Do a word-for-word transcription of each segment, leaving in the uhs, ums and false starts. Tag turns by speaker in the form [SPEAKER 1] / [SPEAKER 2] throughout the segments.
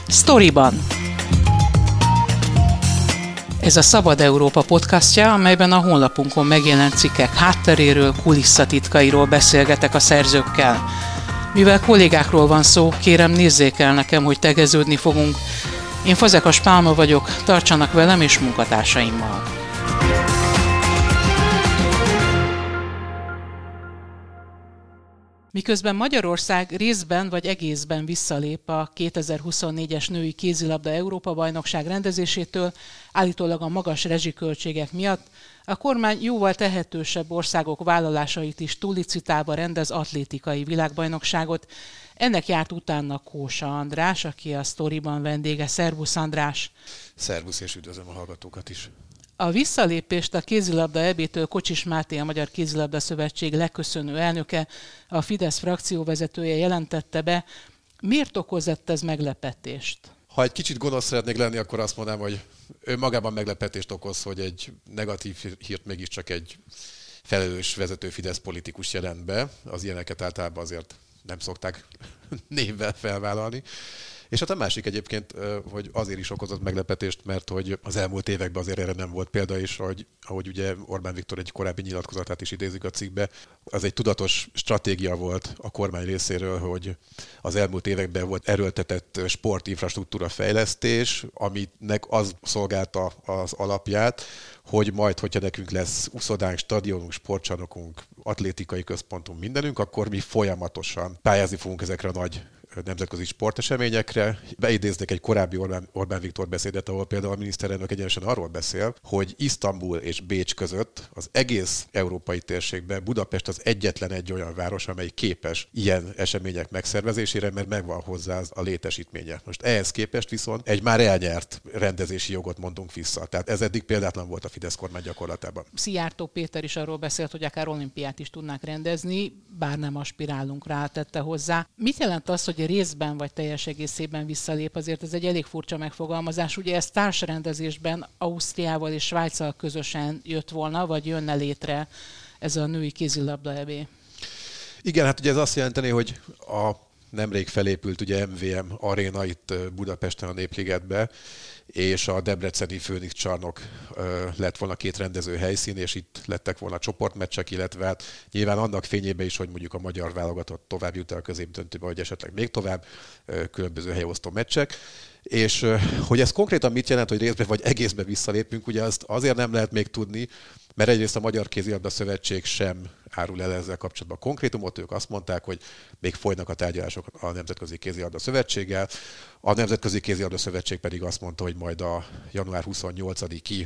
[SPEAKER 1] Sztoriban. Ez a Szabad Európa podcastja, amelyben a honlapunkon megjelent cikkek hátteréről, kulisszatitkairól beszélgetek a szerzőkkel. Mivel kollégákról van szó, kérem nézzék el nekem, hogy tegeződni fogunk. Én Fazekas Pálma vagyok, tartsanak velem és munkatársaimmal. Miközben Magyarország részben vagy egészben visszalép a kétezer-huszonnégyes női kézilabda Európa-bajnokság rendezésétől, állítólag a magas rezsiköltségek miatt, a kormány jóval tehetősebb országok vállalásait is túllicitálva rendez atlétikai világbajnokságot. Ennek járt utána Kósa András, aki a Sztoriban vendége. Szervusz András!
[SPEAKER 2] Szervusz, és üdvözlöm a hallgatókat is!
[SPEAKER 1] A visszalépést a kézilabda é bé-től Kocsis Máté, a Magyar Kézilabda Szövetség leköszönő elnöke, a Fidesz frakcióvezetője jelentette be. Miért okozott ez meglepetést?
[SPEAKER 2] Ha egy kicsit gonosz szeretnék lenni, akkor azt mondanám, hogy önmagában meglepetést okoz, hogy egy negatív hírt mégiscsak egy felelős vezető Fidesz politikus jelent be. Az ilyeneket általában azért nem szokták névvel felvállalni. És hát a másik egyébként, hogy azért is okozott meglepetést, mert hogy az elmúlt években azért erre nem volt példa is, hogy, ahogy ugye Orbán Viktor egy korábbi nyilatkozatát is idézik a cikkbe, az egy tudatos stratégia volt a kormány részéről, hogy az elmúlt években volt erőltetett sportinfrastruktúra fejlesztés, aminek az szolgálta az alapját, hogy majd, hogyha nekünk lesz uszodánk, stadionunk, sportcsarnokunk, atlétikai központunk, mindenünk, akkor mi folyamatosan pályázni fogunk ezekre a nagy nemzetközi sporteseményekre. Beidéznék egy korábbi Orbán, Orbán Viktor beszédet, ahol például a miniszterelnök egyenesen arról beszél, hogy Isztambul és Bécs között az egész európai térségben Budapest az egyetlen egy olyan város, amely képes ilyen események megszervezésére, mert megvan hozzá a létesítménye. Most ehhez képest viszont egy már elnyert rendezési jogot mondunk vissza. Tehát ez eddig példátlan volt a Fidesz kormány gyakorlatában.
[SPEAKER 1] Szijjártó Péter is arról beszélt, hogy akár olimpiát is tudnák rendezni, bár nem aspirálunk rá, tette hozzá. Mit jelent az, hogy részben vagy teljes egészében visszalép? Azért ez egy elég furcsa megfogalmazás. Ugye ez társrendezésben Ausztriával és Svájccal közösen jött volna, vagy jönne létre ez a női kézilabda é bé?
[SPEAKER 2] Igen, hát ugye ez azt jelenteni, hogy a nemrég felépült ugye em vé em aréna itt Budapesten a Népligetbe, és a debreceni Főnix csarnok lett volna két rendező helyszín, és itt lettek volna csoportmeccsek, illetve hát nyilván annak fényében is, hogy mondjuk a magyar válogatott tovább jut el a középdöntőbe, vagy esetleg még tovább, különböző helyosztó meccsek. És hogy ez konkrétan mit jelent, hogy részben vagy egészben visszalépünk, ugye azt azért nem lehet még tudni, mert egyrészt a Magyar Kézilabda Szövetség sem árul el ezzel kapcsolatban konkrétumot, ők azt mondták, hogy még folynak a tárgyalások a Nemzetközi Kézilabda Szövetséggel. A Nemzetközi Kézilabda Szövetség pedig azt mondta, hogy majd a január huszonnyolcadiki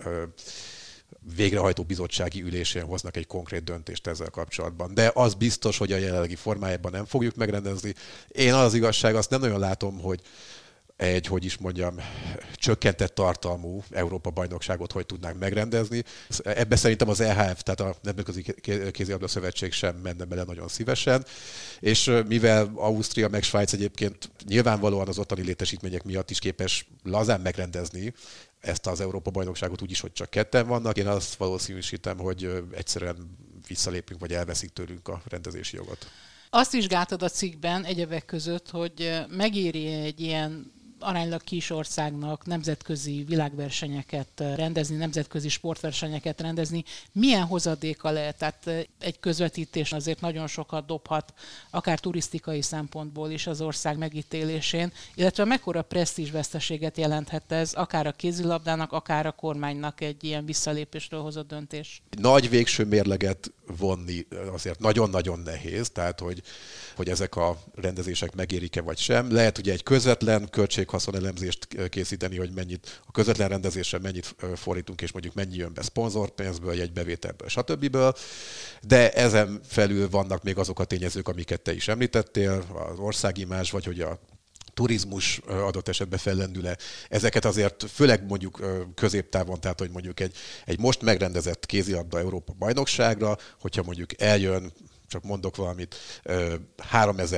[SPEAKER 2] végrehajtó bizottsági ülésén hoznak egy konkrét döntést ezzel kapcsolatban. De az biztos, hogy a jelenlegi formájában nem fogjuk megrendezni. Én az igazság, azt nem nagyon látom, hogy egy, hogy is mondjam, csökkentett tartalmú Európa-bajnokságot hogy tudnánk megrendezni. Ebbe szerintem az é há ef, tehát a Nemzetközi Kézilabda Szövetség sem menne bele nagyon szívesen, és mivel Ausztria meg Svájc egyébként nyilvánvalóan az ottani létesítmények miatt is képes lazán megrendezni ezt az Európa-bajnokságot úgyis, hogy csak ketten vannak, én azt valószínűsítem, hogy egyszerűen visszalépünk, vagy elveszik tőlünk a rendezési jogot.
[SPEAKER 1] Azt vizsgáltad a cikkben egyebek között, hogy megéri egy ilyen aránylag kis országnak nemzetközi világversenyeket rendezni, nemzetközi sportversenyeket rendezni. Milyen hozadéka lehet? Tehát egy közvetítés azért nagyon sokat dobhat, akár turisztikai szempontból is az ország megítélésén, illetve mekkora presztízsveszteséget jelenthet ez, akár a kézilabdának, akár a kormánynak egy ilyen visszalépésről hozott döntés?
[SPEAKER 2] Nagy végső mérleget vonni azért nagyon-nagyon nehéz, tehát hogy, hogy ezek a rendezések megérik-e vagy sem. Lehet ugye egy közvetlen költséghaszonelemzést készíteni, hogy mennyit a közvetlen rendezésre mennyit fordítunk, és mondjuk mennyi jön be szponzorpénzből, jegybevételből, stb. De ezen felül vannak még azok a tényezők, amiket te is említettél, az országimázs, vagy hogy a turizmus adott esetben fellendül-e. Ezeket azért főleg mondjuk középtávon, tehát hogy mondjuk egy, egy most megrendezett kézilabda Európa bajnokságra, hogyha mondjuk eljön, csak mondok valamit, háromezer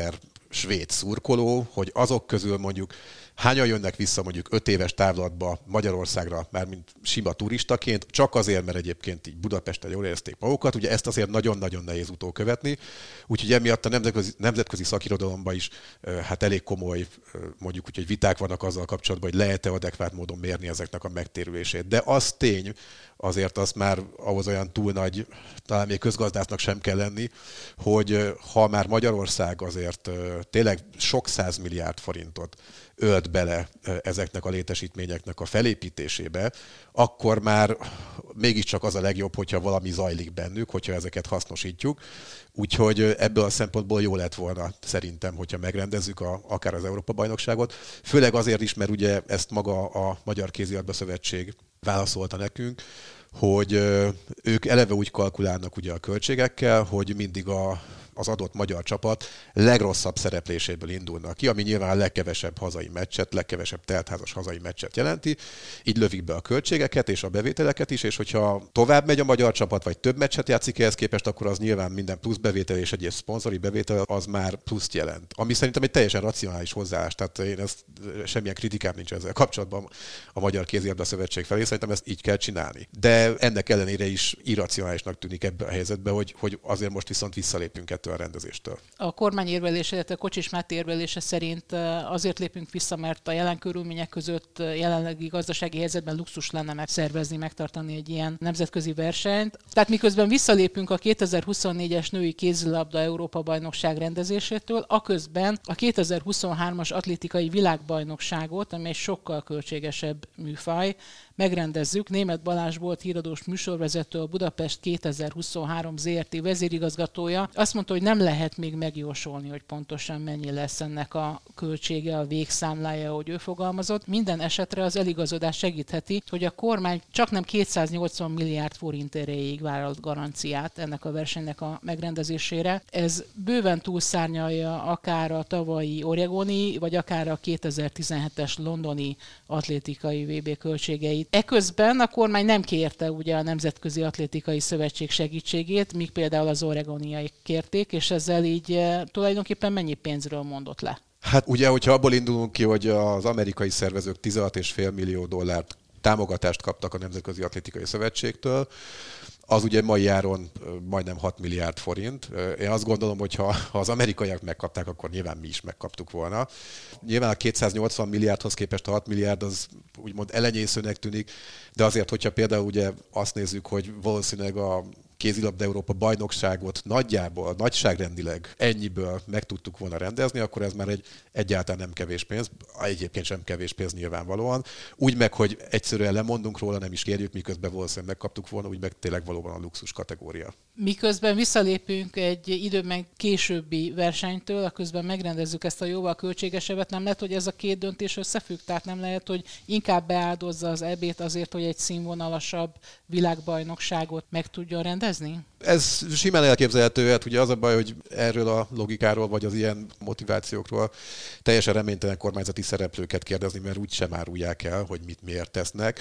[SPEAKER 2] svéd szurkoló, hogy azok közül mondjuk hányan jönnek vissza mondjuk öt éves távlatba Magyarországra, mármint sima turistaként, csak azért, mert egyébként így Budapesten jól érezték magukat. Ugye ezt azért nagyon-nagyon nehéz utókövetni. Úgyhogy emiatt a nemzetközi, nemzetközi szakirodalomban is hát elég komoly, mondjuk úgy, hogy viták vannak azzal kapcsolatban, hogy lehet-e adekvát módon mérni ezeknek a megtérülését. De az tény, azért azt már ahhoz olyan túl nagy, talán még közgazdásznak sem kell lenni, hogy ha már Magyarország azért tényleg sok százmilliárd forintot ölt bele ezeknek a létesítményeknek a felépítésébe, akkor már mégiscsak az a legjobb, hogyha valami zajlik bennük, hogyha ezeket hasznosítjuk. Úgyhogy ebből a szempontból jó lett volna szerintem, hogyha megrendezzük a, akár az Európa-bajnokságot. Főleg azért is, mert ugye ezt maga a Magyar Kézilabda Szövetség válaszolta nekünk, hogy ők eleve úgy kalkulálnak ugye a költségekkel, hogy mindig a az adott magyar csapat legrosszabb szerepléséből indulnak ki, ami nyilván a legkevesebb hazai meccset, legkevesebb teltházas hazai meccset jelenti. Így lövik be a költségeket és a bevételeket is, és hogyha tovább megy a magyar csapat, vagy több meccset játszik ehhez képest, akkor az nyilván minden plusz bevétel és egyéb szponzori bevétel az már pluszt jelent. Ami szerintem egy teljesen racionális hozzáállás, tehát én ezt semmilyen kritikám nincs ezzel kapcsolatban a Magyar Kézilabda Szövetség felé, szerintem ezt így kell csinálni. De ennek ellenére is irracionálisnak tűnik ebben a helyzetben, hogy, hogy azért most viszont visszalépünk ettől a rendezéstől. A
[SPEAKER 1] kormány érvelése, illetve Kocsis Máté érvelése szerint azért lépünk vissza, mert a jelen körülmények között jelenlegi gazdasági helyzetben luxus lenne megszervezni, megtartani egy ilyen nemzetközi versenyt. Tehát miközben visszalépünk a kétezer-huszonnégyes női kézilabda Európa-bajnokság rendezésétől, aközben a kétezer-huszonhármas atlétikai világbajnokságot, amely sokkal költségesebb műfaj, megrendezzük. Németh Balázs volt híradós műsorvezető, a Budapest kétezer-huszonhárom zé er té vezérigazgatója. Azt mondta, hogy nem lehet még megjósolni, hogy pontosan mennyi lesz ennek a költsége, a végszámlája, ahogy ő fogalmazott. Minden esetre az eligazodás segítheti, hogy a kormány csaknem kétszáznyolcvan milliárd forint erejéig vállalt garanciát ennek a versenynek a megrendezésére. Ez bőven túlszárnyalja akár a tavalyi oregoni, vagy akár a kétezer-tizenhetes londoni atlétikai vé bé költségeit. Eközben a kormány nem kérte ugye a Nemzetközi Atlétikai Szövetség segítségét, míg például az oregoniai kérték, és ezzel így tulajdonképpen mennyi pénzről mondott le?
[SPEAKER 2] Hát ugye, hogyha abból indulunk ki, hogy az amerikai szervezők tizenhat egész öt millió dollárt támogatást kaptak a Nemzetközi Atlétikai Szövetségtől, az ugye mai áron majdnem hat milliárd forint. Én azt gondolom, hogy ha, ha az amerikaiak megkapták, akkor nyilván mi is megkaptuk volna. Nyilván a kétszáznyolcvan milliárdhoz képest a hat milliárd az úgymond elenyészőnek tűnik, de azért, hogyha például ugye azt nézzük, hogy valószínűleg a kézilabda Európa bajnokságot nagyjából, nagyságrendileg ennyiből meg tudtuk volna rendezni, akkor ez már egy egyáltalán nem kevés pénz, egyébként sem kevés pénz nyilvánvalóan. Úgy meg, hogy egyszerűen lemondunk róla, nem is kérjük, miközben valószínűleg megkaptuk volna, úgy meg tényleg valóban a luxus kategória.
[SPEAKER 1] Miközben visszalépünk egy időben későbbi versenytől, aközben megrendezzük ezt a jóval költségesebbet, nem lehet, hogy ez a két döntés összefügg, tehát nem lehet, hogy inkább beáldozza az é bét azért, hogy egy színvonalasabb világbajnokságot meg tudjon rendezni?
[SPEAKER 2] Ez simán elképzelhető, hát ugye az a baj, hogy erről a logikáról, vagy az ilyen motivációkról teljesen reménytelen kormányzati szereplőket kérdezni, mert úgy sem árulják el, hogy mit miért tesznek,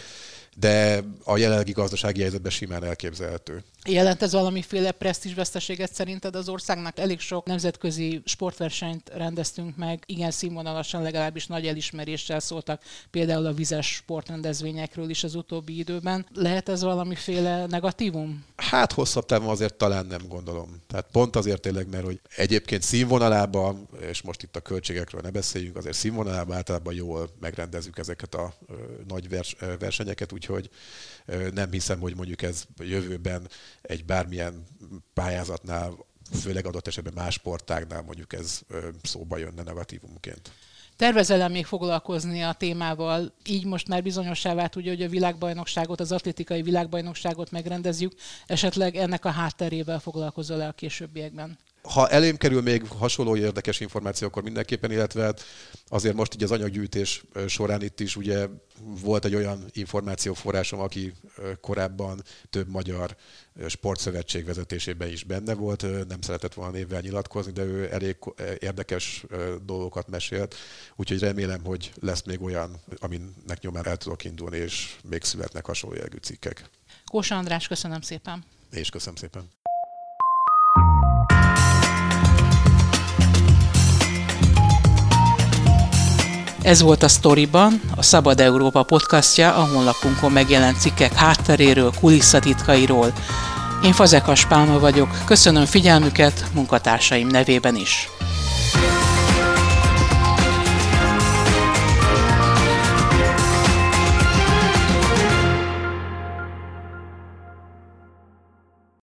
[SPEAKER 2] de a jelenlegi gazdasági helyzetben simán elképzelhető.
[SPEAKER 1] Jelent ez valamiféle presztízsveszteséget szerinted az országnak? Elég sok nemzetközi sportversenyt rendeztünk meg, igen színvonalasan, legalábbis nagy elismeréssel szóltak például a vizes sportrendezvényekről is az utóbbi időben. Lehet ez valamiféle negatívum?
[SPEAKER 2] Hát hosszabb távon azért talán nem gondolom. Tehát pont azért tényleg, mert hogy egyébként színvonalában, és most itt a költségekről ne beszéljünk, azért színvonalában általában jól megrendezzük ezeket a ö, nagy vers, ö, versenyeket, úgyhogy ö, nem hiszem, hogy mondjuk ez jövőben egy bármilyen pályázatnál, főleg adott esetben más sportágnál mondjuk ez ö, szóba jönne negatívumként.
[SPEAKER 1] Tervezel még foglalkozni a témával, így most már bizonyossá vált, ugye, hogy a világbajnokságot, az atlétikai világbajnokságot megrendezzük, esetleg ennek a hátterével foglalkozol-e a későbbiekben?
[SPEAKER 2] Ha elém kerül még hasonló érdekes információ, akkor mindenképpen, illetve azért most így az anyaggyűjtés során itt is ugye volt egy olyan információforrásom, aki korábban több magyar sportszövetség vezetésében is benne volt, nem szeretett volna névvel nyilatkozni, de ő elég érdekes dolgokat mesélt, úgyhogy remélem, hogy lesz még olyan, aminek nyomán el tudok indulni, és még születnek hasonló jellegű cikkek.
[SPEAKER 1] Kósa András, köszönöm szépen!
[SPEAKER 2] És köszönöm szépen!
[SPEAKER 1] Ez volt a Sztoriban, a Szabad Európa podcastja, a honlapunkon megjelent cikkek hátteréről, kulisszatitkairól. Én Fazekas Pálma vagyok, köszönöm figyelmüket munkatársaim nevében is.